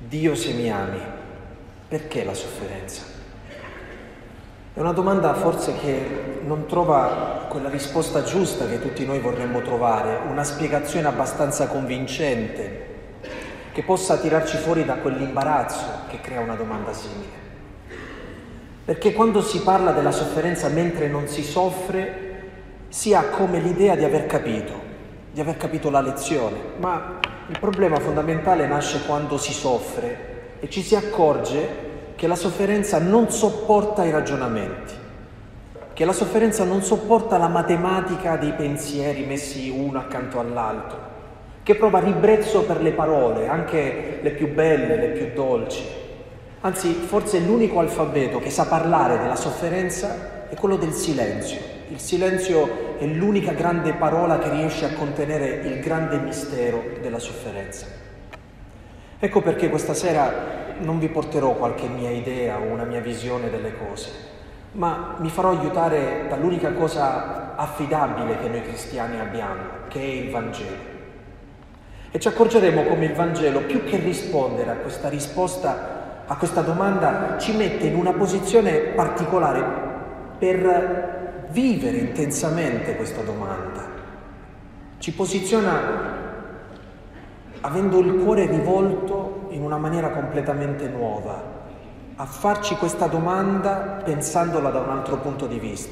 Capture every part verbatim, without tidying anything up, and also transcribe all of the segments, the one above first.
Dio, se mi ami, perché la sofferenza? È una domanda forse che non trova quella risposta giusta che tutti noi vorremmo trovare, una spiegazione abbastanza convincente che possa tirarci fuori da quell'imbarazzo che crea una domanda simile. Perché quando si parla della sofferenza mentre non si soffre, si ha come l'idea di aver capito, di aver capito la lezione, ma il problema fondamentale nasce quando si soffre e ci si accorge che la sofferenza non sopporta i ragionamenti, che la sofferenza non sopporta la matematica dei pensieri messi uno accanto all'altro, che prova ribrezzo per le parole, anche le più belle, le più dolci. Anzi, forse l'unico alfabeto che sa parlare della sofferenza è quello del silenzio. Il silenzio è l'unica grande parola che riesce a contenere il grande mistero della sofferenza. Ecco perché questa sera non vi porterò qualche mia idea o una mia visione delle cose, ma mi farò aiutare dall'unica cosa affidabile che noi cristiani abbiamo, che è il Vangelo. E ci accorgeremo come il Vangelo, più che rispondere a questa risposta, a questa domanda, ci mette in una posizione particolare per vivere intensamente questa domanda. Ci posiziona avendo il cuore rivolto in una maniera completamente nuova, a farci questa domanda pensandola da un altro punto di vista.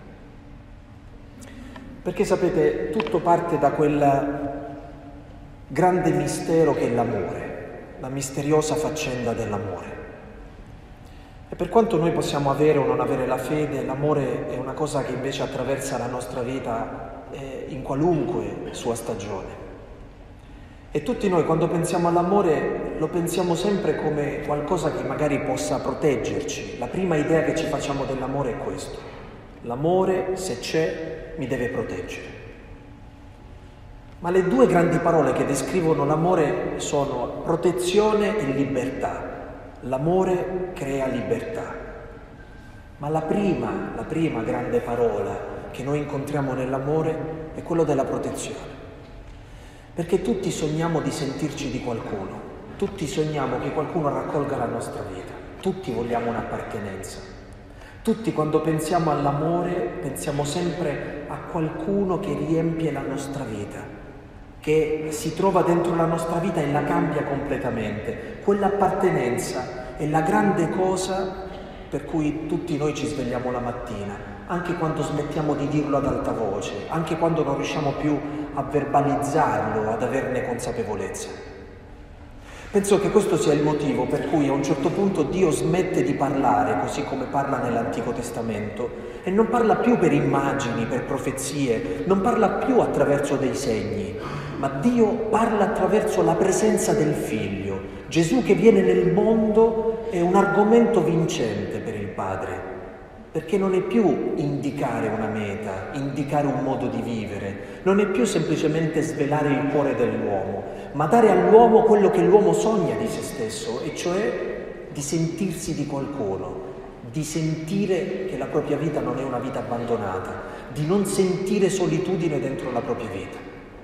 Perché sapete, tutto parte da quel grande mistero che è l'amore, la misteriosa faccenda dell'amore. E per quanto noi possiamo avere o non avere la fede, l'amore è una cosa che invece attraversa la nostra vita eh, in qualunque sua stagione. E tutti noi quando pensiamo all'amore lo pensiamo sempre come qualcosa che magari possa proteggerci. La prima idea che ci facciamo dell'amore è questo: l'amore, se c'è, mi deve proteggere. Ma le due grandi parole che descrivono l'amore sono protezione e libertà. L'amore crea libertà. Ma la prima, la prima grande parola che noi incontriamo nell'amore è quello della protezione. Perché tutti sogniamo di sentirci di qualcuno, tutti sogniamo che qualcuno raccolga la nostra vita, tutti vogliamo un'appartenenza. Tutti quando pensiamo all'amore pensiamo sempre a qualcuno che riempie la nostra vita, che si trova dentro la nostra vita e la cambia completamente. Quell'appartenenza è la grande cosa per cui tutti noi ci svegliamo la mattina, anche quando smettiamo di dirlo ad alta voce, anche quando non riusciamo più a verbalizzarlo, ad averne consapevolezza. Penso che questo sia il motivo per cui a un certo punto Dio smette di parlare così come parla nell'Antico Testamento e non parla più per immagini, per profezie, non parla più attraverso dei segni, ma Dio parla attraverso la presenza del Figlio. Gesù che viene nel mondo è un argomento vincente per il Padre, perché non è più indicare una meta, indicare un modo di vivere, non è più semplicemente svelare il cuore dell'uomo, ma dare all'uomo quello che l'uomo sogna di se stesso, e cioè di sentirsi di qualcuno, di sentire che la propria vita non è una vita abbandonata, di non sentire solitudine dentro la propria vita.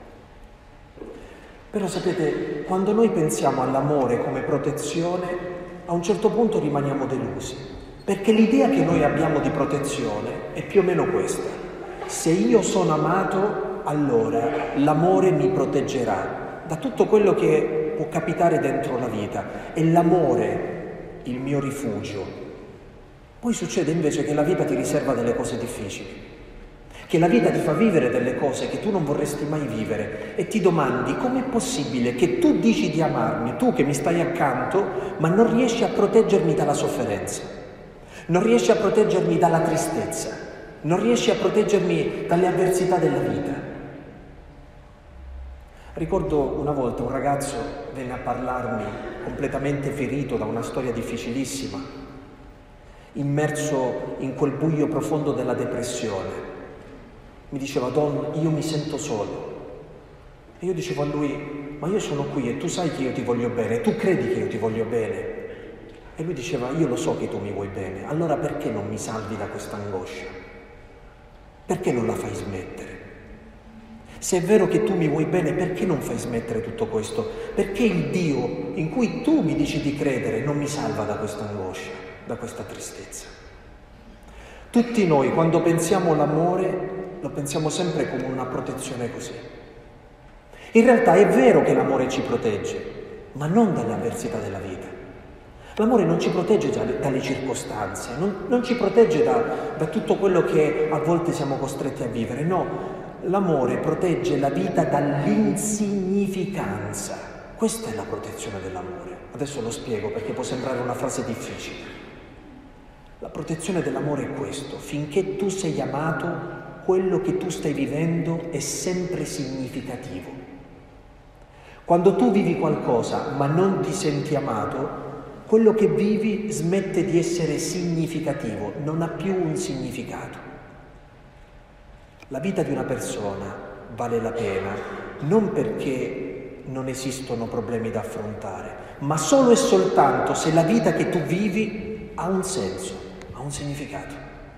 Però sapete, quando noi pensiamo all'amore come protezione, a un certo punto rimaniamo delusi, perché l'idea che noi abbiamo di protezione è più o meno questa: se io sono amato, allora l'amore mi proteggerà da tutto quello che può capitare dentro la vita, è l'amore il mio rifugio. Poi succede invece che la vita ti riserva delle cose difficili, che la vita ti fa vivere delle cose che tu non vorresti mai vivere e ti domandi: com'è possibile che tu dici di amarmi, tu che mi stai accanto, ma non riesci a proteggermi dalla sofferenza, non riesci a proteggermi dalla tristezza, non riesci a proteggermi dalle avversità della vita. Ricordo una volta un ragazzo venne a parlarmi completamente ferito da una storia difficilissima, immerso in quel buio profondo della depressione. Mi diceva: Don, io mi sento solo. E io dicevo a lui: ma io sono qui e tu sai che io ti voglio bene, tu credi che io ti voglio bene? E lui diceva: io lo so che tu mi vuoi bene, allora perché non mi salvi da questa angoscia? Perché non la fai smettere? Se è vero che tu mi vuoi bene, perché non fai smettere tutto questo? Perché il Dio in cui tu mi dici di credere non mi salva da questa angoscia, da questa tristezza? Tutti noi, quando pensiamo all'amore, lo pensiamo sempre come una protezione così. In realtà è vero che l'amore ci protegge, ma non dalle avversità della vita. L'amore non ci protegge dalle circostanze, non, non ci protegge da, da tutto quello che a volte siamo costretti a vivere, no. L'amore protegge la vita dall'insignificanza. Questa è la protezione dell'amore. Adesso lo spiego perché può sembrare una frase difficile. La protezione dell'amore è questo: finché tu sei amato, quello che tu stai vivendo è sempre significativo. Quando tu vivi qualcosa ma non ti senti amato, quello che vivi smette di essere significativo, non ha più un significato. La vita di una persona vale la pena non perché non esistono problemi da affrontare, ma solo e soltanto se la vita che tu vivi ha un senso, ha un significato.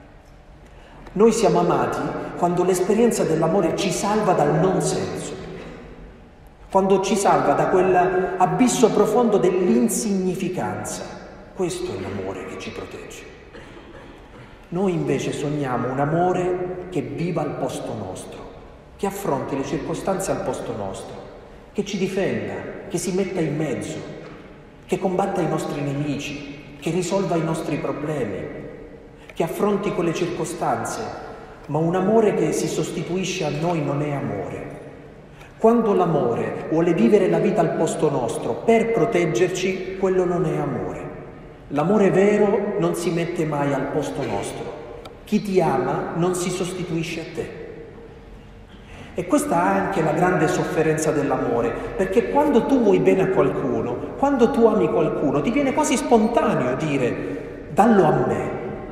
Noi siamo amati quando l'esperienza dell'amore ci salva dal non senso, quando ci salva da quell'abisso profondo dell'insignificanza. Questo è l'amore che ci protegge. Noi invece sogniamo un amore che viva al posto nostro, che affronti le circostanze al posto nostro, che ci difenda, che si metta in mezzo, che combatta i nostri nemici, che risolva i nostri problemi, che affronti quelle circostanze, ma un amore che si sostituisce a noi non è amore. Quando l'amore vuole vivere la vita al posto nostro per proteggerci, quello non è amore. L'amore vero non si mette mai al posto nostro. Chi ti ama non si sostituisce a te. E questa è anche la grande sofferenza dell'amore, perché quando tu vuoi bene a qualcuno, quando tu ami qualcuno, ti viene quasi spontaneo dire: dallo a me.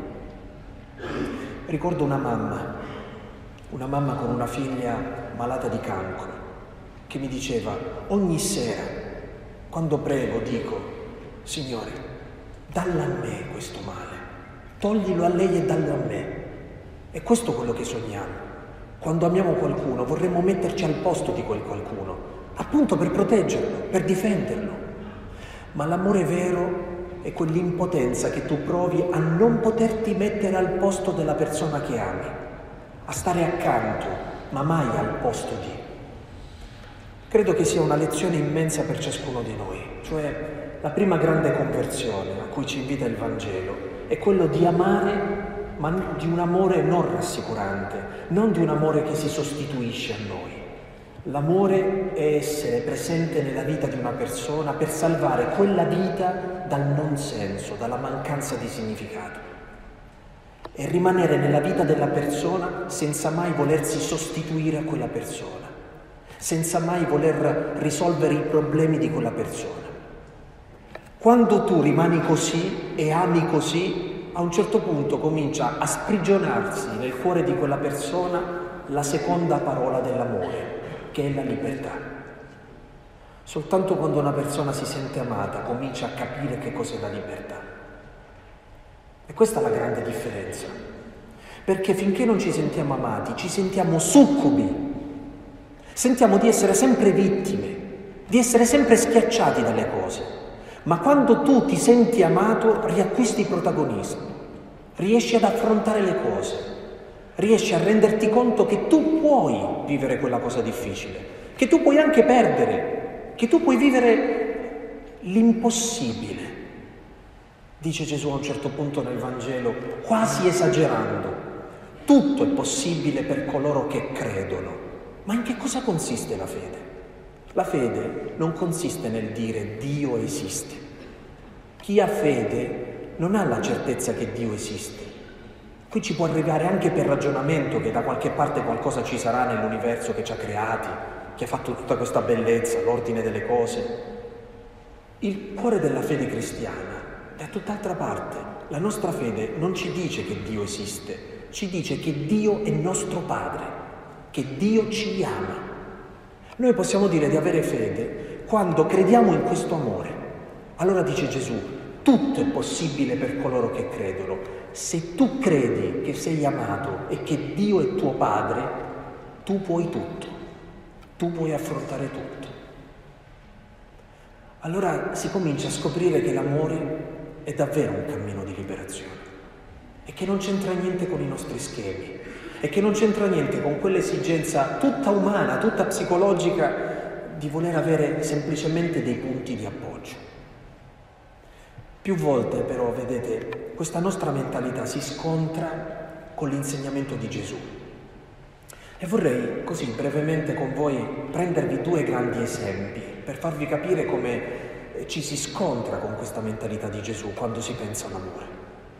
Ricordo una mamma, una mamma con una figlia malata di cancro, che mi diceva: ogni sera, quando prego, dico: Signore, dalla a me questo male, toglilo a lei e dallo a me. E questo è quello che sogniamo. Quando amiamo qualcuno vorremmo metterci al posto di quel qualcuno, appunto per proteggerlo, per difenderlo. Ma l'amore vero è quell'impotenza che tu provi a non poterti mettere al posto della persona che ami, a stare accanto, ma mai al posto di. Credo che sia una lezione immensa per ciascuno di noi, cioè la prima grande conversione a cui ci invita il Vangelo è quello di amare, ma di un amore non rassicurante, non di un amore che si sostituisce a noi. L'amore è essere presente nella vita di una persona per salvare quella vita dal non senso, dalla mancanza di significato. E rimanere nella vita della persona senza mai volersi sostituire a quella persona, senza mai voler risolvere i problemi di quella persona. Quando tu rimani così e ami così, a un certo punto comincia a sprigionarsi nel cuore di quella persona la seconda parola dell'amore, che è la libertà. Soltanto quando una persona si sente amata comincia a capire che cos'è la libertà. E questa è la grande differenza, perché finché non ci sentiamo amati, ci sentiamo succubi, sentiamo di essere sempre vittime, di essere sempre schiacciati dalle cose. Ma quando tu ti senti amato, riacquisti protagonismo, riesci ad affrontare le cose, riesci a renderti conto che tu puoi vivere quella cosa difficile, che tu puoi anche perdere, che tu puoi vivere l'impossibile. Dice Gesù a un certo punto nel Vangelo, quasi esagerando: tutto è possibile per coloro che credono. Ma in che cosa consiste la fede? La fede non consiste nel dire Dio esiste. Chi ha fede non ha la certezza che Dio esiste. Qui ci può arrivare anche per ragionamento che da qualche parte qualcosa ci sarà nell'universo che ci ha creati, che ha fatto tutta questa bellezza, l'ordine delle cose. Il cuore della fede cristiana è da tutt'altra parte. La nostra fede non ci dice che Dio esiste, ci dice che Dio è nostro Padre, che Dio ci ama. Noi possiamo dire di avere fede quando crediamo in questo amore. Allora dice Gesù, tutto è possibile per coloro che credono. Se tu credi che sei amato e che Dio è tuo Padre, tu puoi tutto. tu puoi affrontare tutto. Allora si comincia a scoprire che l'amore è davvero un cammino di liberazione e che non c'entra niente con i nostri schemi e che non c'entra niente con quell'esigenza tutta umana, tutta psicologica di voler avere semplicemente dei punti di appoggio. Più volte però, vedete, questa nostra mentalità si scontra con l'insegnamento di Gesù. E vorrei così brevemente con voi prendervi due grandi esempi per farvi capire come ci si scontra con questa mentalità di Gesù quando si pensa all'amore.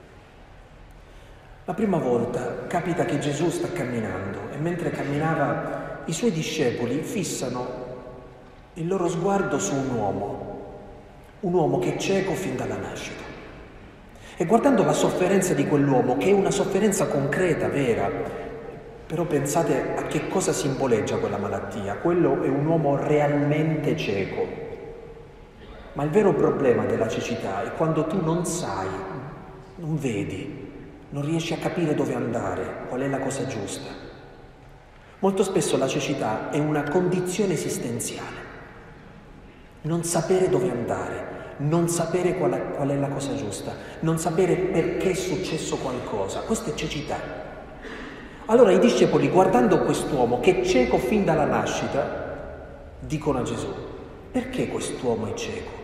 La prima volta capita che Gesù sta camminando e mentre camminava i suoi discepoli fissano il loro sguardo su un uomo, un uomo che è cieco fin dalla nascita. E guardando la sofferenza di quell'uomo, che è una sofferenza concreta, vera, però pensate a che cosa simboleggia quella malattia. Quello è un uomo realmente cieco. Ma il vero problema della cecità è quando tu non sai, non vedi, non riesci a capire dove andare, qual è la cosa giusta. Molto spesso la cecità è una condizione esistenziale. Non sapere dove andare, non sapere qual è, qual è la cosa giusta, non sapere perché è successo qualcosa. Questa è cecità. Allora i discepoli, guardando quest'uomo che è cieco fin dalla nascita, dicono a Gesù: perché quest'uomo è cieco?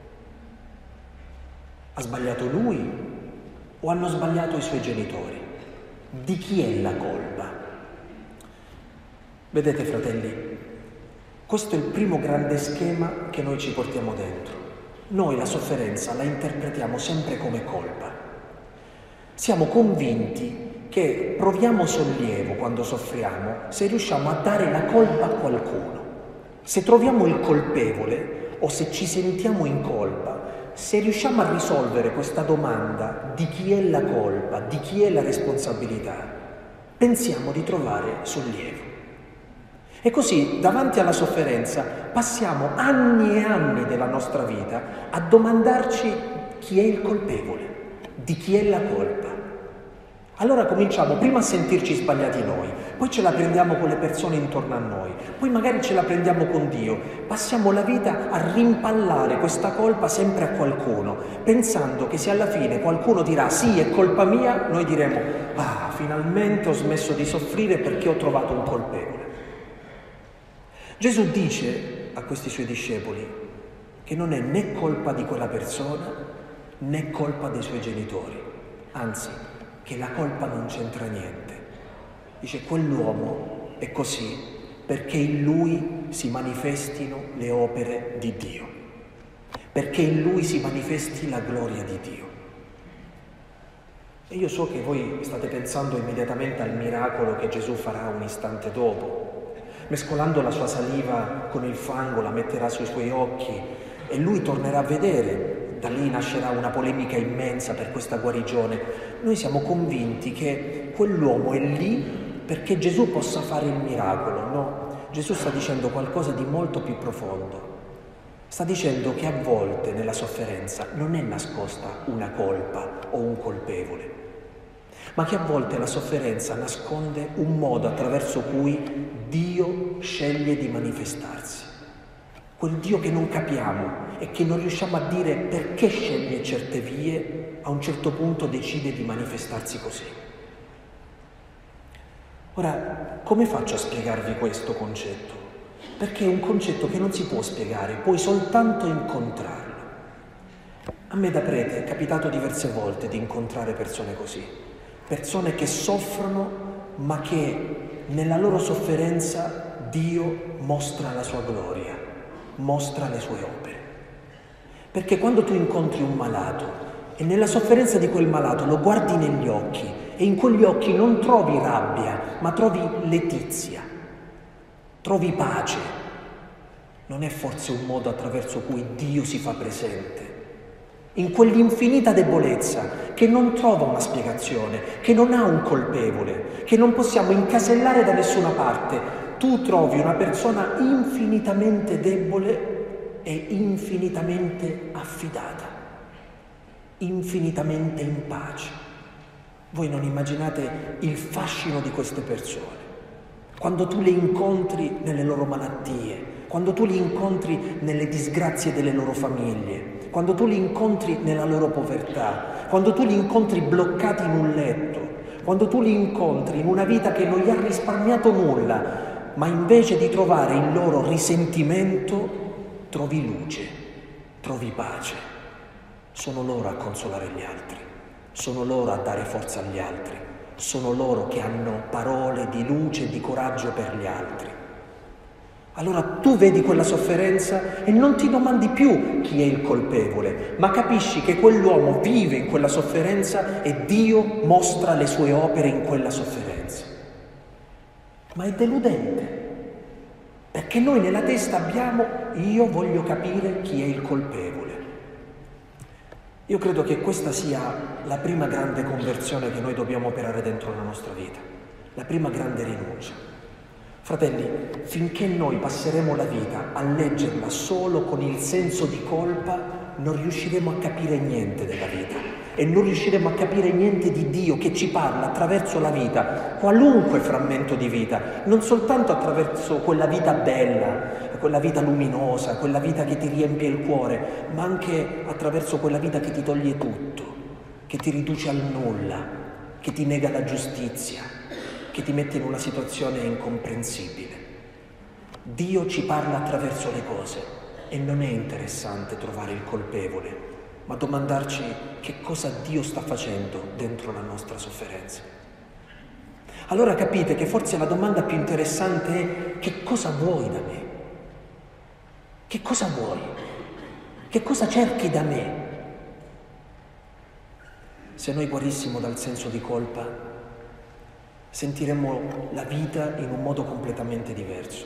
Ha sbagliato lui o hanno sbagliato i suoi genitori? Di chi è la colpa? Vedete, fratelli, questo è il primo grande schema che noi ci portiamo dentro. Noi la sofferenza la interpretiamo sempre come colpa. Siamo convinti che proviamo sollievo quando soffriamo se riusciamo a dare la colpa a qualcuno. Se troviamo il colpevole o se ci sentiamo in colpa, se riusciamo a risolvere questa domanda di chi è la colpa, di chi è la responsabilità, pensiamo di trovare sollievo. E così, davanti alla sofferenza, passiamo anni e anni della nostra vita a domandarci chi è il colpevole, di chi è la colpa. Allora cominciamo prima a sentirci sbagliati noi, poi ce la prendiamo con le persone intorno a noi, poi magari ce la prendiamo con Dio. Passiamo la vita a rimpallare questa colpa sempre a qualcuno, pensando che se alla fine qualcuno dirà sì, è colpa mia, noi diremo: ah, finalmente ho smesso di soffrire perché ho trovato un colpevole. Gesù dice a questi suoi discepoli che non è né colpa di quella persona né colpa dei suoi genitori, anzi, che la colpa non c'entra niente. Dice: quell'uomo è così perché in lui si manifestino le opere di Dio, perché in lui si manifesti la gloria di Dio. E io so che voi state pensando immediatamente al miracolo che Gesù farà un istante dopo. Mescolando la sua saliva con il fango la metterà sui suoi occhi e lui tornerà a vedere. Da lì nascerà una polemica immensa per questa guarigione. Noi siamo convinti che quell'uomo è lì perché Gesù possa fare il miracolo. No, Gesù sta dicendo qualcosa di molto più profondo. Sta dicendo che a volte nella sofferenza non è nascosta una colpa o un colpevole, ma che a volte la sofferenza nasconde un modo attraverso cui Dio sceglie di manifestarsi. Quel Dio che non capiamo e che non riusciamo a dire perché sceglie certe vie, a un certo punto decide di manifestarsi così. Ora, come faccio a spiegarvi questo concetto? Perché è un concetto che non si può spiegare, puoi soltanto incontrarlo. A me da prete è capitato diverse volte di incontrare persone così, persone che soffrono ma che nella loro sofferenza Dio mostra la sua gloria, mostra le sue opere. Perché quando tu incontri un malato e nella sofferenza di quel malato lo guardi negli occhi e in quegli occhi non trovi rabbia, ma trovi letizia, trovi pace, non è forse un modo attraverso cui Dio si fa presente? In quell'infinita debolezza che non trova una spiegazione, che non ha un colpevole, che non possiamo incasellare da nessuna parte, tu trovi una persona infinitamente debole e infinitamente affidata, infinitamente in pace. Voi non immaginate il fascino di queste persone. quando tu le incontri nelle loro malattie, quando tu li incontri nelle disgrazie delle loro famiglie, quando tu li incontri nella loro povertà, quando tu li incontri bloccati in un letto, quando tu li incontri in una vita che non gli ha risparmiato nulla, ma invece di trovare il loro risentimento, trovi luce, trovi pace. Sono loro a consolare gli altri, sono loro a dare forza agli altri, sono loro che hanno parole di luce e di coraggio per gli altri. Allora tu vedi quella sofferenza e non ti domandi più chi è il colpevole, ma capisci che quell'uomo vive in quella sofferenza e Dio mostra le sue opere in quella sofferenza. Ma è deludente, perché noi nella testa abbiamo io voglio capire chi è il colpevole. Io credo che questa sia la prima grande conversione che noi dobbiamo operare dentro la nostra vita, la prima grande rinuncia. Fratelli, finché noi passeremo la vita a leggerla solo con il senso di colpa, non riusciremo a capire niente della vita e non riusciremo a capire niente di Dio che ci parla attraverso la vita, qualunque frammento di vita, non soltanto attraverso quella vita bella, quella vita luminosa, quella vita che ti riempie il cuore, ma anche attraverso quella vita che ti toglie tutto, che ti riduce al nulla, che ti nega la giustizia, che ti mette in una situazione incomprensibile. Dio ci parla attraverso le cose e non è interessante trovare il colpevole, ma domandarci che cosa Dio sta facendo dentro la nostra sofferenza. Allora capite che forse la domanda più interessante è: che cosa vuoi da me? Che cosa vuoi? Che cosa cerchi da me? Se noi guarissimo dal senso di colpa, sentiremmo la vita in un modo completamente diverso.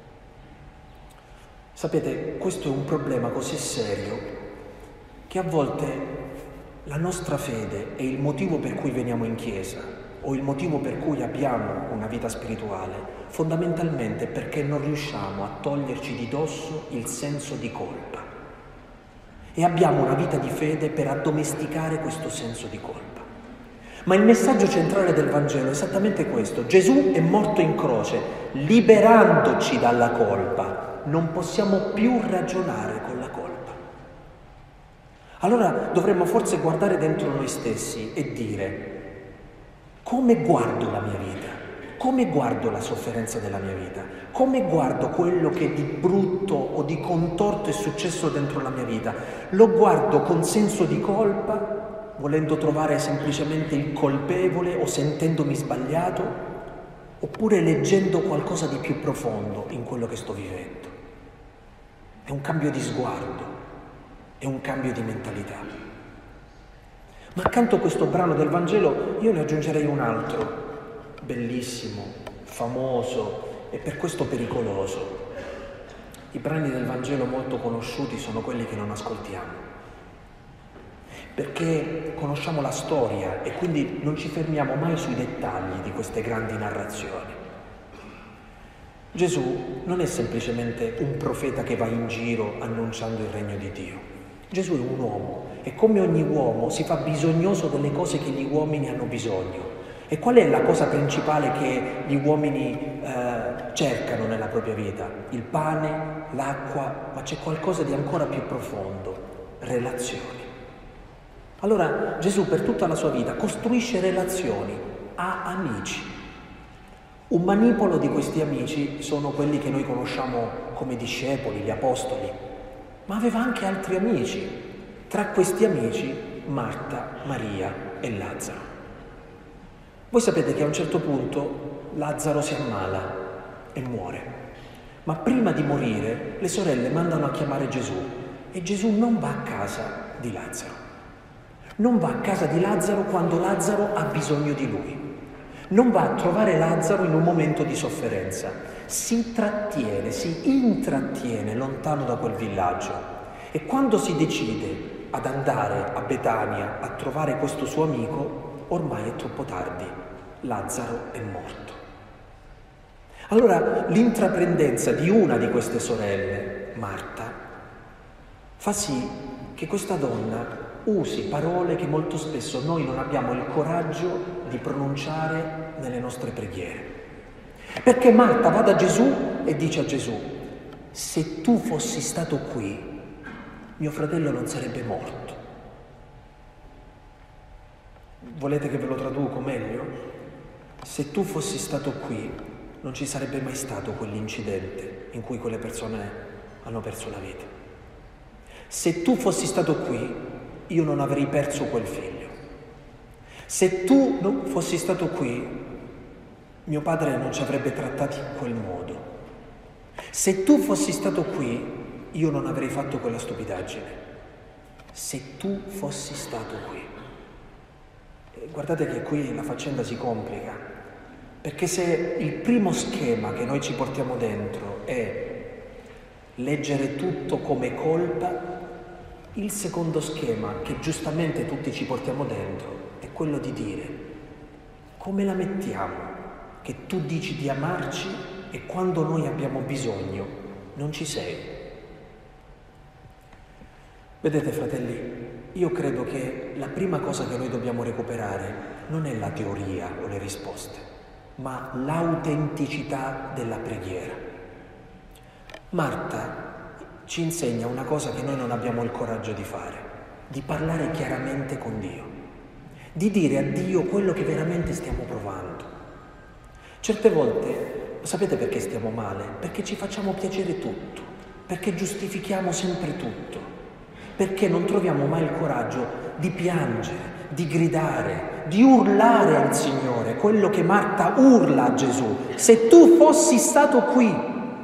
Sapete, questo è un problema così serio che a volte la nostra fede è il motivo per cui veniamo in chiesa o il motivo per cui abbiamo una vita spirituale, fondamentalmente perché non riusciamo a toglierci di dosso il senso di colpa e abbiamo una vita di fede per addomesticare questo senso di colpa. Ma il messaggio centrale del Vangelo è esattamente questo: Gesù è morto in croce, liberandoci dalla colpa. Non possiamo più ragionare con la colpa. Allora dovremmo forse guardare dentro noi stessi e dire: come guardo la mia vita? Come guardo la sofferenza della mia vita? Come guardo quello che di brutto o di contorto è successo dentro la mia vita? Lo guardo con senso di colpa, volendo trovare semplicemente il colpevole o sentendomi sbagliato, oppure leggendo qualcosa di più profondo in quello che sto vivendo? È un cambio di sguardo, è un cambio di mentalità. Ma accanto a questo brano del Vangelo io ne aggiungerei un altro, bellissimo, famoso e per questo pericoloso. I brani del Vangelo molto conosciuti sono quelli che non ascoltiamo, perché conosciamo la storia e quindi non ci fermiamo mai sui dettagli di queste grandi narrazioni. Gesù non è semplicemente un profeta che va in giro annunciando il regno di Dio. Gesù è un uomo e come ogni uomo si fa bisognoso delle cose che gli uomini hanno bisogno. E qual è la cosa principale che gli uomini eh, cercano nella propria vita? Il pane, l'acqua, ma c'è qualcosa di ancora più profondo: relazioni. Allora Gesù per tutta la sua vita costruisce relazioni, ha amici. Un manipolo di questi amici sono quelli che noi conosciamo come discepoli, gli apostoli, ma aveva anche altri amici. Tra questi amici Marta, Maria e Lazzaro. Voi sapete che a un certo punto Lazzaro si ammala e muore, ma prima di morire le sorelle mandano a chiamare Gesù e Gesù non va a casa di Lazzaro. Non va a casa di Lazzaro quando Lazzaro ha bisogno di lui. Non va a trovare Lazzaro in un momento di sofferenza. Si trattiene, si intrattiene lontano da quel villaggio. E quando si decide ad andare a Betania a trovare questo suo amico, ormai è troppo tardi. Lazzaro è morto. Allora l'intraprendenza di una di queste sorelle, Marta, fa sì che questa donna usi parole che molto spesso noi non abbiamo il coraggio di pronunciare nelle nostre preghiere. Perché Marta va da Gesù e dice a Gesù: se tu fossi stato qui, mio fratello non sarebbe morto. Volete che ve lo traduco meglio? Se tu fossi stato qui, non ci sarebbe mai stato quell'incidente in cui quelle persone hanno perso la vita. Se tu fossi stato qui, io non avrei perso quel figlio. Se tu non fossi stato qui, mio padre non ci avrebbe trattati in quel modo. Se tu fossi stato qui, io non avrei fatto quella stupidaggine. Se tu fossi stato qui. E guardate che qui la faccenda si complica, perché se il primo schema che noi ci portiamo dentro è leggere tutto come colpa, il secondo schema che giustamente tutti ci portiamo dentro è quello di dire: come la mettiamo che tu dici di amarci e quando noi abbiamo bisogno non ci sei? Vedete, fratelli, io credo che la prima cosa che noi dobbiamo recuperare non è la teoria o le risposte, ma l'autenticità della preghiera. Marta ci insegna una cosa che noi non abbiamo il coraggio di fare, di parlare chiaramente con Dio, di dire a Dio quello che veramente stiamo provando. Certe volte, sapete perché stiamo male? Perché ci facciamo piacere tutto, perché giustifichiamo sempre tutto, perché non troviamo mai il coraggio di piangere, di gridare, di urlare al Signore, quello che Marta urla a Gesù: se tu fossi stato qui,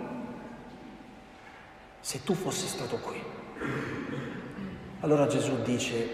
se tu fossi stato qui. Allora Gesù dice: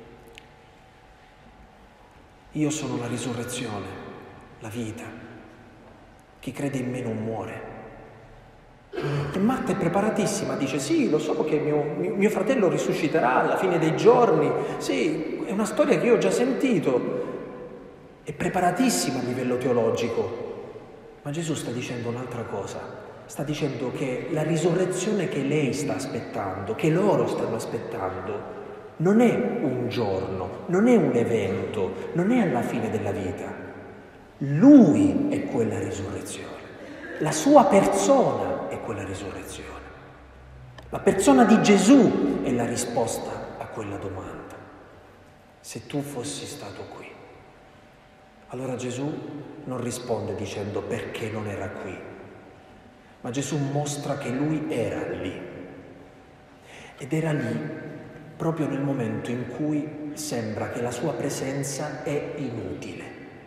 io sono la risurrezione, la vita, chi crede in me non muore. E Marta è preparatissima, dice: sì, lo so che mio, mio, mio fratello risusciterà alla fine dei giorni, sì, è una storia che io ho già sentito. È preparatissima a livello teologico, ma Gesù sta dicendo un'altra cosa. Sta dicendo che la risurrezione che lei sta aspettando, che loro stanno aspettando, non è un giorno, non è un evento, non è alla fine della vita. Lui è quella risurrezione. La sua persona è quella risurrezione. La persona di Gesù è la risposta a quella domanda. Se tu fossi stato qui. Allora Gesù non risponde dicendo perché non era qui, ma Gesù mostra che lui era lì. Ed era lì proprio nel momento in cui sembra che la sua presenza è inutile.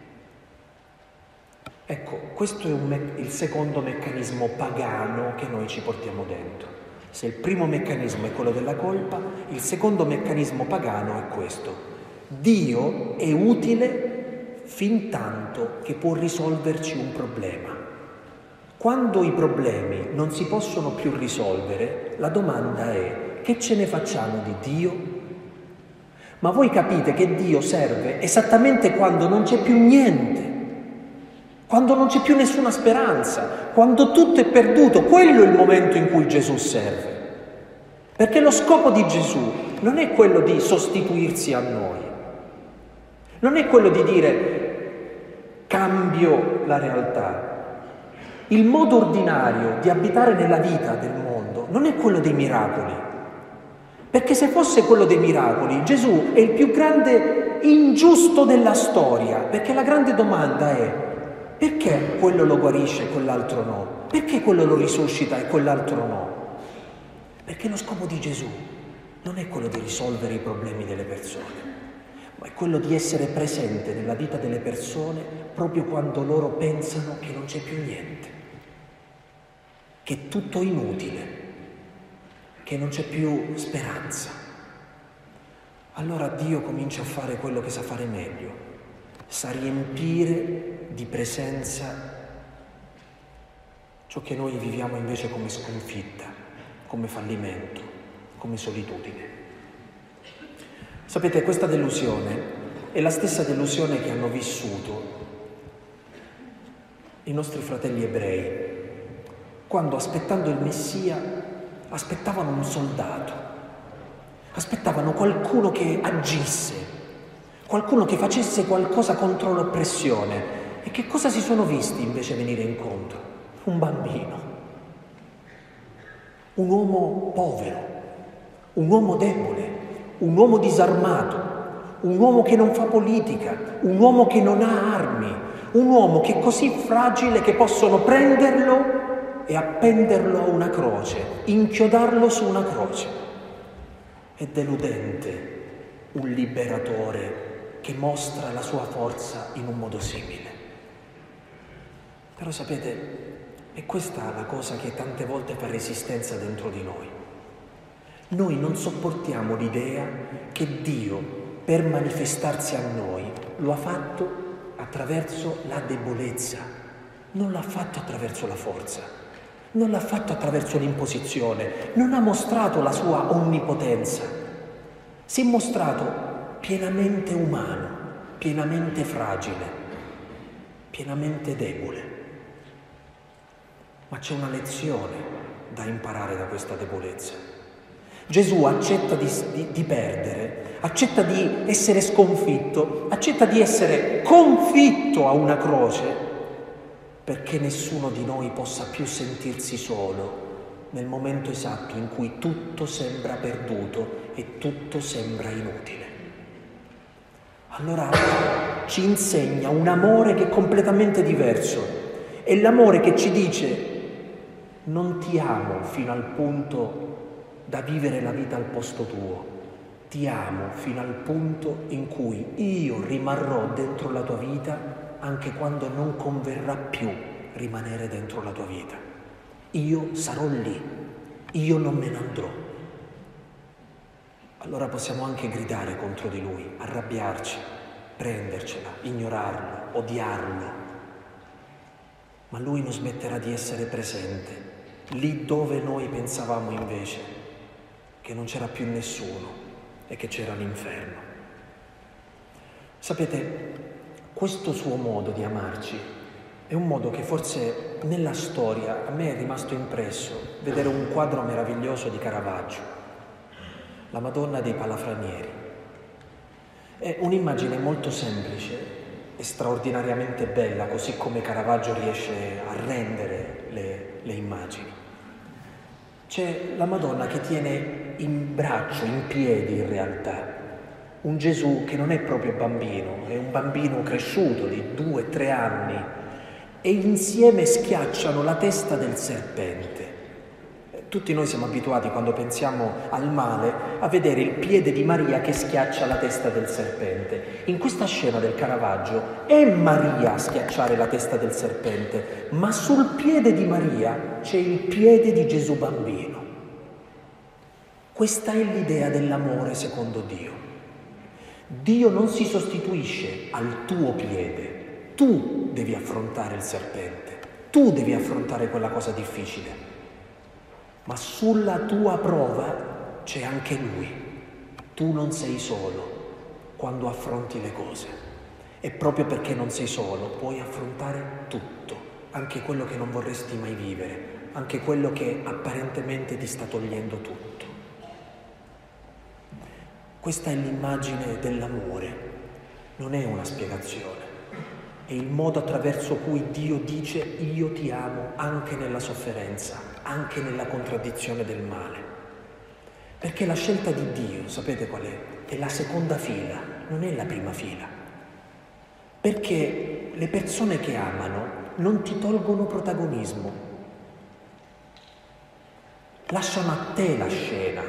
Ecco, questo è un me- il secondo meccanismo pagano che noi ci portiamo dentro. Se il primo meccanismo è quello della colpa, il secondo meccanismo pagano è questo: Dio è utile fin tanto che può risolverci un problema. Quando i problemi non si possono più risolvere, la domanda è: che ce ne facciamo di Dio? Ma voi capite che Dio serve esattamente quando non c'è più niente, quando non c'è più nessuna speranza, quando tutto è perduto. Quello è il momento in cui Gesù serve. Perché lo scopo di Gesù non è quello di sostituirsi a noi, non è quello di dire cambio la realtà. Il modo ordinario di abitare nella vita del mondo non è quello dei miracoli, perché se fosse quello dei miracoli, Gesù è il più grande ingiusto della storia, perché la grande domanda è: perché quello lo guarisce e quell'altro no? Perché quello lo risuscita e quell'altro no? Perché lo scopo di Gesù non è quello di risolvere i problemi delle persone, ma è quello di essere presente nella vita delle persone proprio quando loro pensano che non c'è più niente, che è tutto inutile, che non c'è più speranza. Allora Dio comincia a fare quello che sa fare meglio, sa riempire di presenza ciò che noi viviamo invece come sconfitta, come fallimento, come solitudine. Sapete, questa delusione è la stessa delusione che hanno vissuto i nostri fratelli ebrei, quando aspettando il Messia aspettavano un soldato, aspettavano qualcuno che agisse, qualcuno che facesse qualcosa contro l'oppressione. E che cosa si sono visti invece venire incontro? Un bambino, un uomo povero, un uomo debole, un uomo disarmato, un uomo che non fa politica, un uomo che non ha armi, un uomo che è così fragile che possono prenderlo e appenderlo a una croce, inchiodarlo su una croce. È deludente un liberatore che mostra la sua forza in un modo simile. Però sapete, è questa la cosa che tante volte fa resistenza dentro di noi. Noi non sopportiamo l'idea che Dio, per manifestarsi a noi, lo ha fatto attraverso la debolezza, non l'ha fatto attraverso la forza, non l'ha fatto attraverso l'imposizione, non ha mostrato la sua onnipotenza, si è mostrato pienamente umano, pienamente fragile, pienamente debole. Ma c'è una lezione da imparare da questa debolezza. Gesù accetta di, di, di perdere, accetta di essere sconfitto, accetta di essere confitto a una croce perché nessuno di noi possa più sentirsi solo nel momento esatto in cui tutto sembra perduto e tutto sembra inutile. Allora ci insegna un amore che è completamente diverso. È l'amore che ci dice: non ti amo fino al punto da vivere la vita al posto tuo, ti amo fino al punto in cui io rimarrò dentro la tua vita anche quando non converrà più rimanere dentro la tua vita. Io sarò lì, io non me ne andrò. Allora possiamo anche gridare contro di lui, arrabbiarci, prendercela, ignorarlo, odiarlo. Ma lui non smetterà di essere presente, lì dove noi pensavamo invece che non c'era più nessuno e che c'era l'inferno. Sapete, questo suo modo di amarci è un modo che forse nella storia a me è rimasto impresso, vedere un quadro meraviglioso di Caravaggio, la Madonna dei Palafrenieri. È un'immagine molto semplice e straordinariamente bella, così come Caravaggio riesce a rendere le, le immagini. C'è la Madonna che tiene in braccio, in piedi in realtà, un Gesù che non è proprio bambino, è un bambino cresciuto di due, tre anni, e insieme schiacciano la testa del serpente. Tutti noi siamo abituati, quando pensiamo al male, a vedere il piede di Maria che schiaccia la testa del serpente. In questa scena del Caravaggio è Maria a schiacciare la testa del serpente, ma sul piede di Maria c'è il piede di Gesù bambino. Questa è l'idea dell'amore secondo Dio. Dio non si sostituisce al tuo piede, tu devi affrontare il serpente, tu devi affrontare quella cosa difficile. Ma sulla tua prova c'è anche Lui. Tu non sei solo quando affronti le cose. E proprio perché non sei solo, puoi affrontare tutto, anche quello che non vorresti mai vivere, anche quello che apparentemente ti sta togliendo tutto. Questa è l'immagine dell'amore, non è una spiegazione. È il modo attraverso cui Dio dice: io ti amo anche nella sofferenza, anche nella contraddizione del male. Perché la scelta di Dio, sapete qual è? È la seconda fila, non è la prima fila. Perché le persone che amano non ti tolgono protagonismo. Lasciano a te la scena.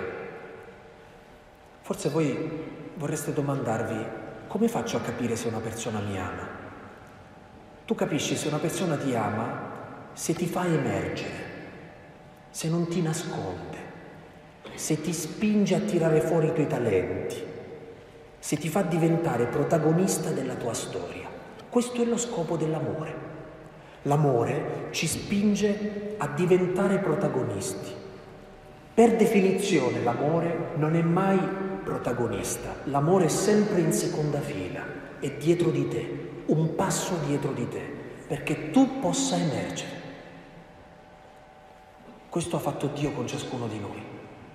Forse voi vorreste domandarvi: come faccio a capire se una persona mi ama? Tu capisci se una persona ti ama se ti fa emergere, se non ti nasconde, se ti spinge a tirare fuori i tuoi talenti, se ti fa diventare protagonista della tua storia. Questo è lo scopo dell'amore. L'amore ci spinge a diventare protagonisti. Per definizione l'amore non è mai protagonista, l'amore è sempre in seconda fila, è dietro di te. Un passo dietro di te, perché tu possa emergere. Questo ha fatto Dio con ciascuno di noi.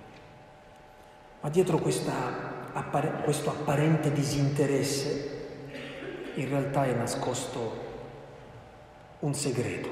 Ma dietro questa, questo apparente disinteresse, in realtà è nascosto un segreto.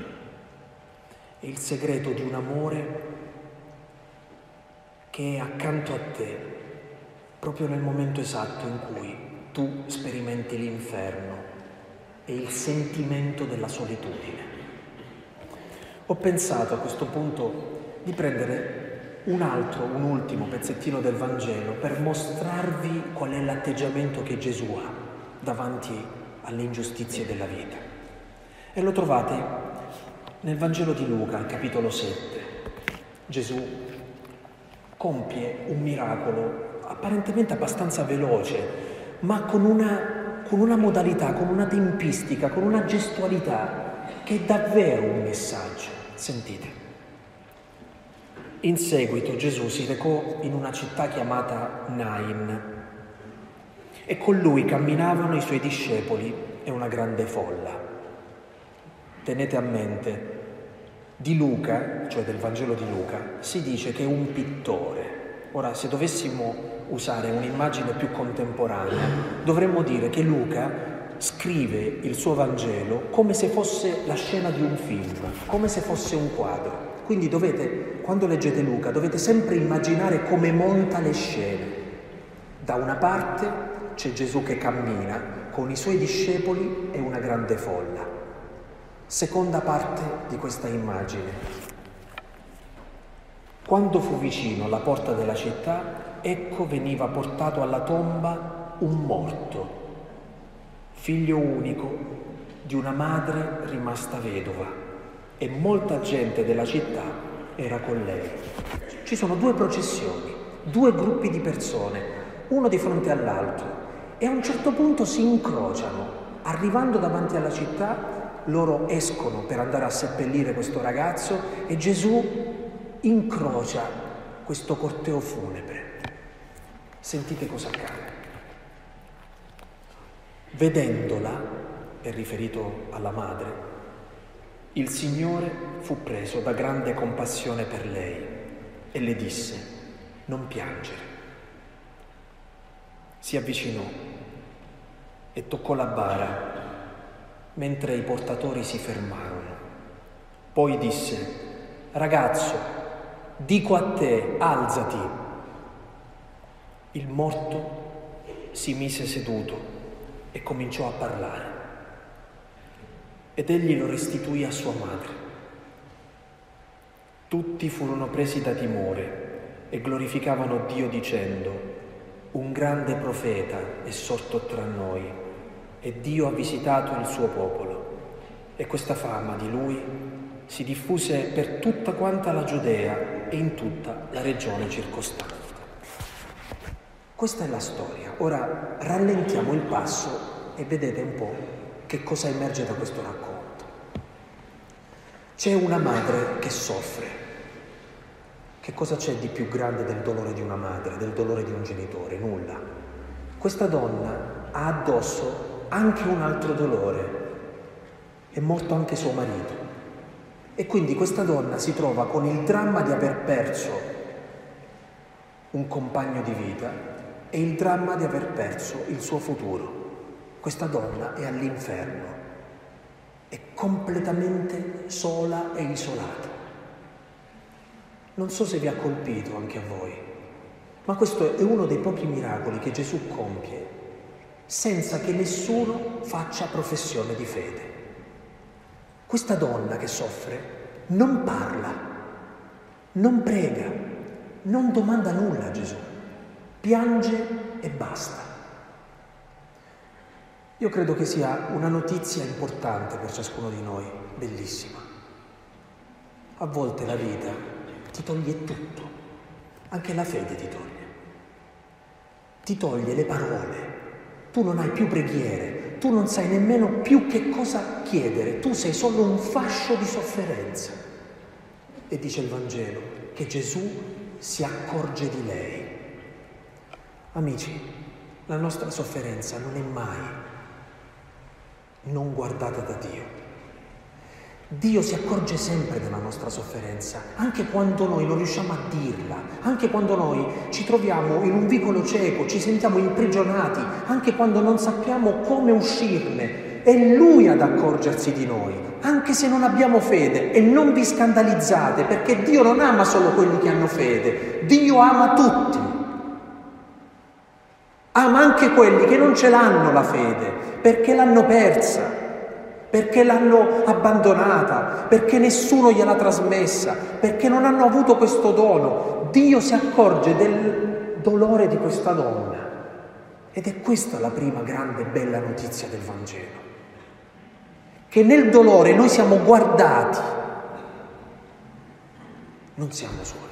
È il segreto di un amore che è accanto a te, proprio nel momento esatto in cui tu sperimenti l'inferno e il sentimento della solitudine. Ho pensato a questo punto di prendere un altro, un ultimo pezzettino del Vangelo per mostrarvi qual è l'atteggiamento che Gesù ha davanti alle ingiustizie della vita. E lo trovate nel Vangelo di Luca, al capitolo sette. Gesù compie un miracolo apparentemente abbastanza veloce, ma con una, con una modalità, con una tempistica, con una gestualità che è davvero un messaggio. Sentite. In seguito Gesù si recò in una città chiamata Nain e con lui camminavano i suoi discepoli e una grande folla. Tenete a mente, di Luca, cioè del Vangelo di Luca, si dice che è un pittore. Ora, se dovessimo usare un'immagine più contemporanea, dovremmo dire che Luca scrive il suo Vangelo come se fosse la scena di un film, come se fosse un quadro. Quindi dovete, quando leggete Luca, dovete sempre immaginare come monta le scene. Da una parte c'è Gesù che cammina con i suoi discepoli e una grande folla. Seconda parte di questa immagine. Quando fu vicino alla porta della città, ecco veniva portato alla tomba un morto, figlio unico di una madre rimasta vedova, e molta gente della città era con lei. Ci sono due processioni, due gruppi di persone, uno di fronte all'altro, e a un certo punto si incrociano. Arrivando davanti alla città, loro escono per andare a seppellire questo ragazzo e Gesù incrocia questo corteo funebre. Sentite cosa accade. Vedendola, è riferito alla madre, il Signore fu preso da grande compassione per lei e le disse: non piangere. Si avvicinò e toccò la bara mentre i portatori si fermarono. Poi disse: ragazzo, dico a te, alzati. Il morto si mise seduto e cominciò a parlare. Ed egli lo restituì a sua madre. Tutti furono presi da timore e glorificavano Dio dicendo: un grande profeta è sorto tra noi e Dio ha visitato il suo popolo. E questa fama di lui si diffuse per tutta quanta la Giudea e in tutta la regione circostante. Questa è la storia. Ora rallentiamo il passo e vedete un po' che cosa emerge da questo racconto. C'è una madre che soffre. Che cosa c'è di più grande del dolore di una madre, del dolore di un genitore? Nulla. Questa donna ha addosso anche un altro dolore. È morto anche suo marito. E quindi questa donna si trova con il dramma di aver perso un compagno di vita e il dramma di aver perso il suo futuro. Questa donna è all'inferno, è completamente sola e isolata. Non so se vi ha colpito anche a voi, ma questo è uno dei pochi miracoli che Gesù compie senza che nessuno faccia professione di fede. Questa donna che soffre non parla, non prega, non domanda nulla a Gesù, piange e basta. Io credo che sia una notizia importante per ciascuno di noi, bellissima. A volte la vita ti toglie tutto, anche la fede ti toglie. Ti toglie le parole, tu non hai più preghiere, tu non sai nemmeno più che cosa chiedere, tu sei solo un fascio di sofferenza. E dice il Vangelo che Gesù si accorge di lei. Amici, la nostra sofferenza non è mai non guardata da Dio. Dio si accorge sempre della nostra sofferenza, anche quando noi non riusciamo a dirla, anche quando noi ci troviamo in un vicolo cieco, ci sentiamo imprigionati, anche quando non sappiamo come uscirne. è Lui ad accorgersi di noi, anche se non abbiamo fede. E non vi scandalizzate, perché Dio non ama solo quelli che hanno fede, Dio ama tutti. Ama anche quelli che non ce l'hanno la fede, perché l'hanno persa, perché l'hanno abbandonata, perché nessuno gliel'ha trasmessa, perché non hanno avuto questo dono. Dio si accorge del dolore di questa donna. Ed è questa la prima grande bella notizia del Vangelo. Che nel dolore noi siamo guardati, non siamo soli.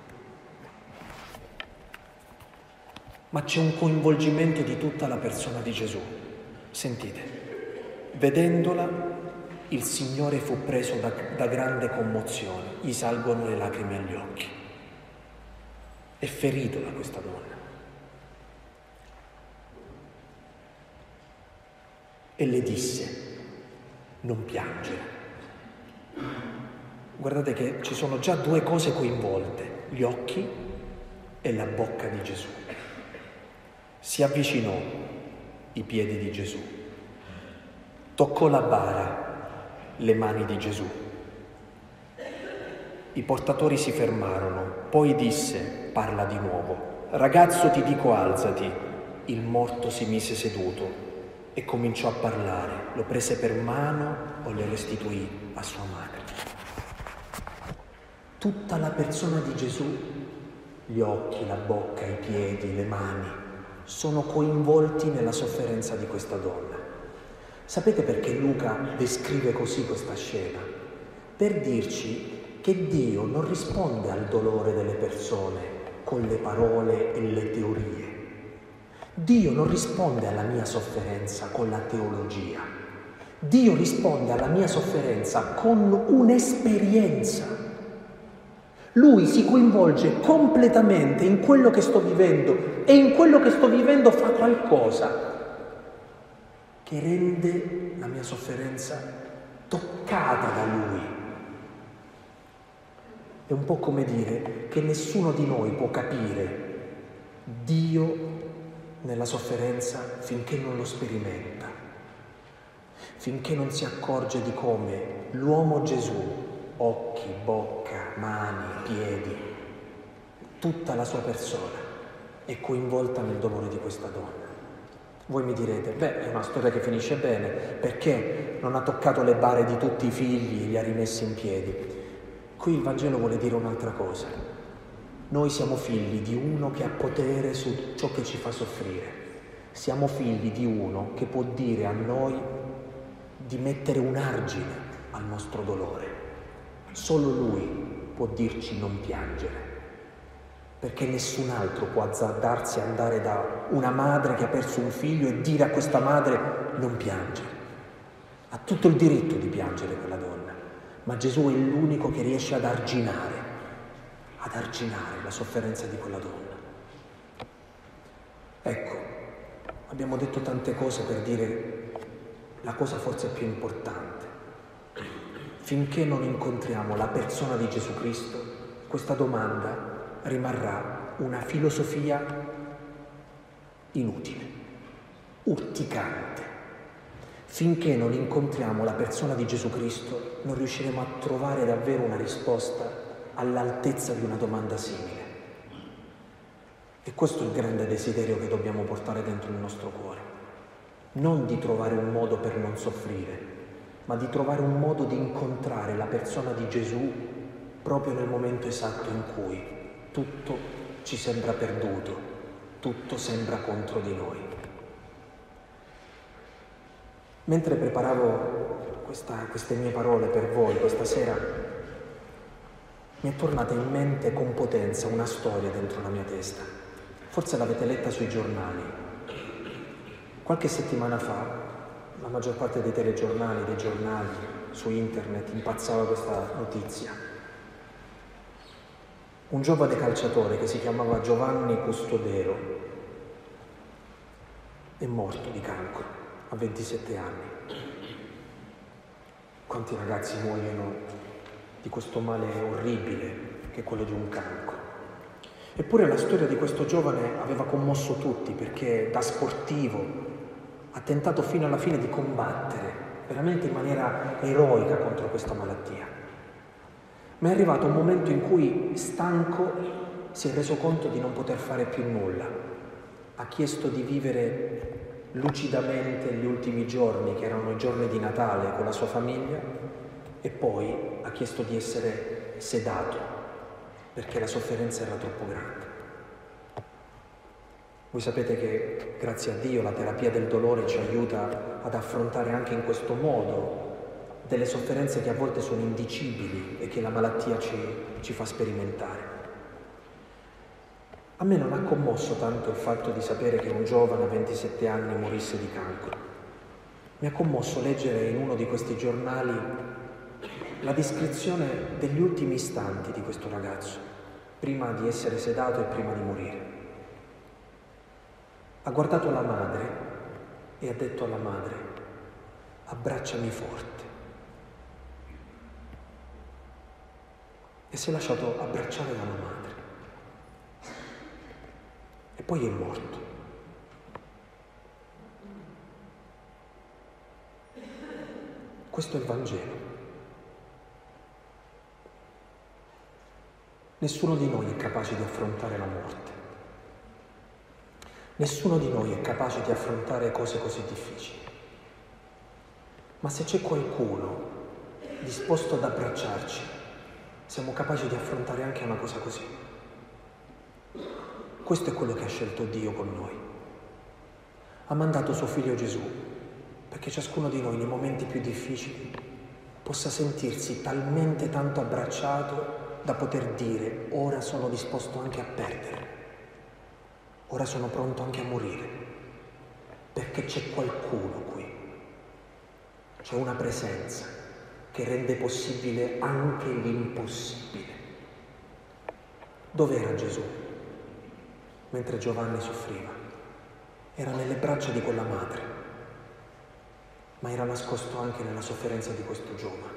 Ma c'è un coinvolgimento di tutta la persona di Gesù. Sentite, vedendola, il Signore fu preso da, da grande commozione, gli salgono le lacrime agli occhi. È ferito da questa donna. E le disse: non piangere. Guardate che ci sono già due cose coinvolte, gli occhi e la bocca di Gesù. Si avvicinò i piedi di Gesù, toccò la bara, le mani di Gesù. I portatori si fermarono, poi disse, parla di nuovo: ragazzo, ti dico alzati. Il morto si mise seduto e cominciò a parlare, lo prese per mano o le restituì a sua madre. Tutta la persona di Gesù, gli occhi, la bocca, i piedi, le mani, sono coinvolti nella sofferenza di questa donna. Sapete perché Luca descrive così questa scena? Per dirci che Dio non risponde al dolore delle persone con le parole e le teorie. Dio non risponde alla mia sofferenza con la teologia. Dio risponde alla mia sofferenza con un'esperienza. Lui si coinvolge completamente in quello che sto vivendo e in quello che sto vivendo fa qualcosa che rende la mia sofferenza toccata da Lui. È un po' come dire che nessuno di noi può capire Dio nella sofferenza finché non lo sperimenta, finché non si accorge di come l'uomo Gesù, occhi, bocca, mani, piedi, tutta la sua persona è coinvolta nel dolore di questa donna. Voi mi direte, beh, è una storia che finisce bene, perché non ha toccato le bare di tutti i figli e li ha rimessi in piedi. Qui il Vangelo vuole dire un'altra cosa. Noi siamo figli di uno che ha potere su ciò che ci fa soffrire. Siamo figli di uno che può dire a noi di mettere un argine al nostro dolore. Solo Lui può dirci non piangere, perché nessun altro può azzardarsi a andare da una madre che ha perso un figlio e dire a questa madre non piangere. Ha tutto il diritto di piangere quella donna, ma Gesù è l'unico che riesce ad arginare, ad arginare la sofferenza di quella donna. Ecco, abbiamo detto tante cose per dire la cosa forse più importante. Finché non incontriamo la persona di Gesù Cristo, questa domanda rimarrà una filosofia inutile, urticante. Finché non incontriamo la persona di Gesù Cristo, non riusciremo a trovare davvero una risposta all'altezza di una domanda simile. E questo è il grande desiderio che dobbiamo portare dentro il nostro cuore. Non di trovare un modo per non soffrire, ma di trovare un modo di incontrare la persona di Gesù proprio nel momento esatto in cui tutto ci sembra perduto, tutto sembra contro di noi. Mentre preparavo questa, queste mie parole per voi questa sera, mi è tornata in mente con potenza una storia dentro la mia testa. Forse l'avete letta sui giornali. Qualche settimana fa, la maggior parte dei telegiornali, dei giornali, su internet impazzava questa notizia. Un giovane calciatore che si chiamava Giovanni Custodero è morto di cancro a ventisette anni. Quanti ragazzi muoiono di questo male orribile che è quello di un cancro. Eppure la storia di questo giovane aveva commosso tutti, perché da sportivo ha tentato fino alla fine di combattere veramente in maniera eroica contro questa malattia. Ma è arrivato un momento in cui, stanco, si è reso conto di non poter fare più nulla. Ha chiesto di vivere lucidamente gli ultimi giorni, che erano i giorni di Natale, con la sua famiglia, e poi ha chiesto di essere sedato, perché la sofferenza era troppo grande. Voi sapete che, grazie a Dio, la terapia del dolore ci aiuta ad affrontare anche in questo modo delle sofferenze che a volte sono indicibili e che la malattia ci, ci fa sperimentare. A me non ha commosso tanto il fatto di sapere che un giovane a ventisette anni morisse di cancro. Mi ha commosso leggere in uno di questi giornali la descrizione degli ultimi istanti di questo ragazzo, prima di essere sedato e prima di morire. Ha guardato la madre e ha detto alla madre: abbracciami forte. E si è lasciato abbracciare dalla madre. E poi è morto. Questo è il Vangelo. Nessuno di noi è capace di affrontare la morte. Nessuno di noi è capace di affrontare cose così difficili. Ma se c'è qualcuno disposto ad abbracciarci, siamo capaci di affrontare anche una cosa così. Questo è quello che ha scelto Dio con noi. Ha mandato suo figlio Gesù perché ciascuno di noi nei momenti più difficili possa sentirsi talmente tanto abbracciato da poter dire: ora sono disposto anche a perdere, ora sono pronto anche a morire, perché c'è qualcuno qui, c'è una presenza che rende possibile anche l'impossibile. Dov'era Gesù mentre Giovanni soffriva? Era nelle braccia di quella madre, ma era nascosto anche nella sofferenza di questo giovane.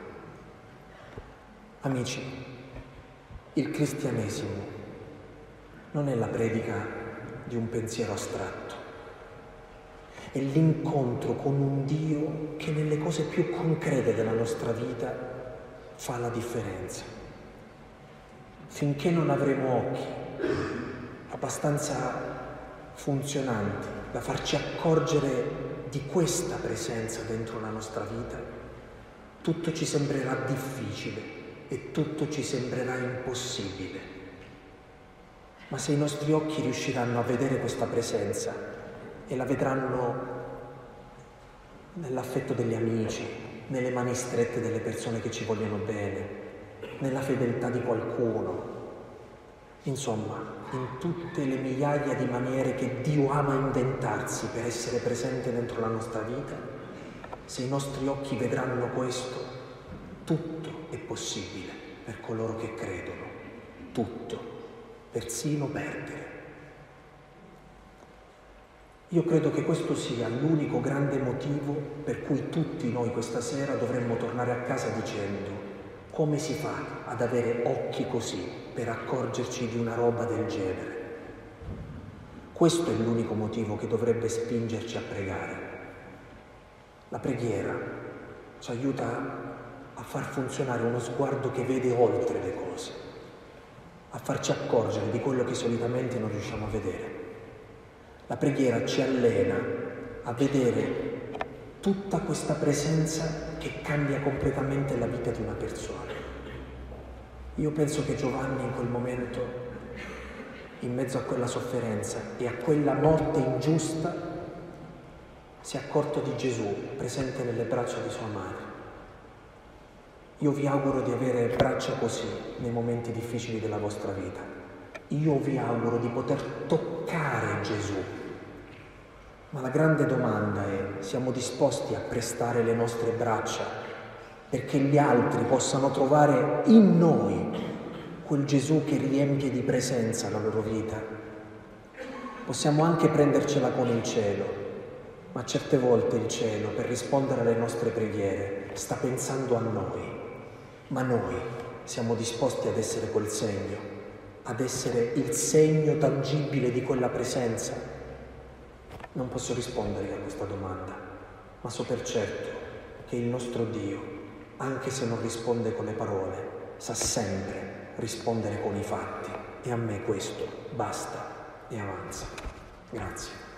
Amici, il cristianesimo non è la predica di un pensiero astratto, è l'incontro con un Dio che nelle cose più concrete della nostra vita fa la differenza. Finché non avremo occhi abbastanza funzionanti da farci accorgere di questa presenza dentro la nostra vita, tutto ci sembrerà difficile e tutto ci sembrerà impossibile. Ma se i nostri occhi riusciranno a vedere questa presenza e la vedranno nell'affetto degli amici, nelle mani strette delle persone che ci vogliono bene, nella fedeltà di qualcuno, insomma, in tutte le migliaia di maniere che Dio ama inventarsi per essere presente dentro la nostra vita, se i nostri occhi vedranno questo, tutto è possibile per coloro che credono, tutto, persino perdere. Io credo che questo sia l'unico grande motivo per cui tutti noi questa sera dovremmo tornare a casa dicendo: come si fa ad avere occhi così per accorgerci di una roba del genere? Questo è l'unico motivo che dovrebbe spingerci a pregare. La preghiera ci aiuta a far funzionare uno sguardo che vede oltre le cose, a farci accorgere di quello che solitamente non riusciamo a vedere. La preghiera ci allena a vedere tutta questa presenza che cambia completamente la vita di una persona. Io penso che Giovanni in quel momento, in mezzo a quella sofferenza e a quella morte ingiusta, si è accorto di Gesù presente nelle braccia di sua madre. Io vi auguro di avere braccia così nei momenti difficili della vostra vita. Io vi auguro di poter toccare Gesù. Ma la grande domanda è: siamo disposti a prestare le nostre braccia perché gli altri possano trovare in noi quel Gesù che riempie di presenza la loro vita? Possiamo anche prendercela con il cielo, ma certe volte il cielo, per rispondere alle nostre preghiere, sta pensando a noi. Ma noi siamo disposti ad essere quel segno, ad essere il segno tangibile di quella presenza? Non posso rispondere a questa domanda, ma so per certo che il nostro Dio, anche se non risponde con le parole, sa sempre rispondere con i fatti, e a me questo basta e avanza. Grazie.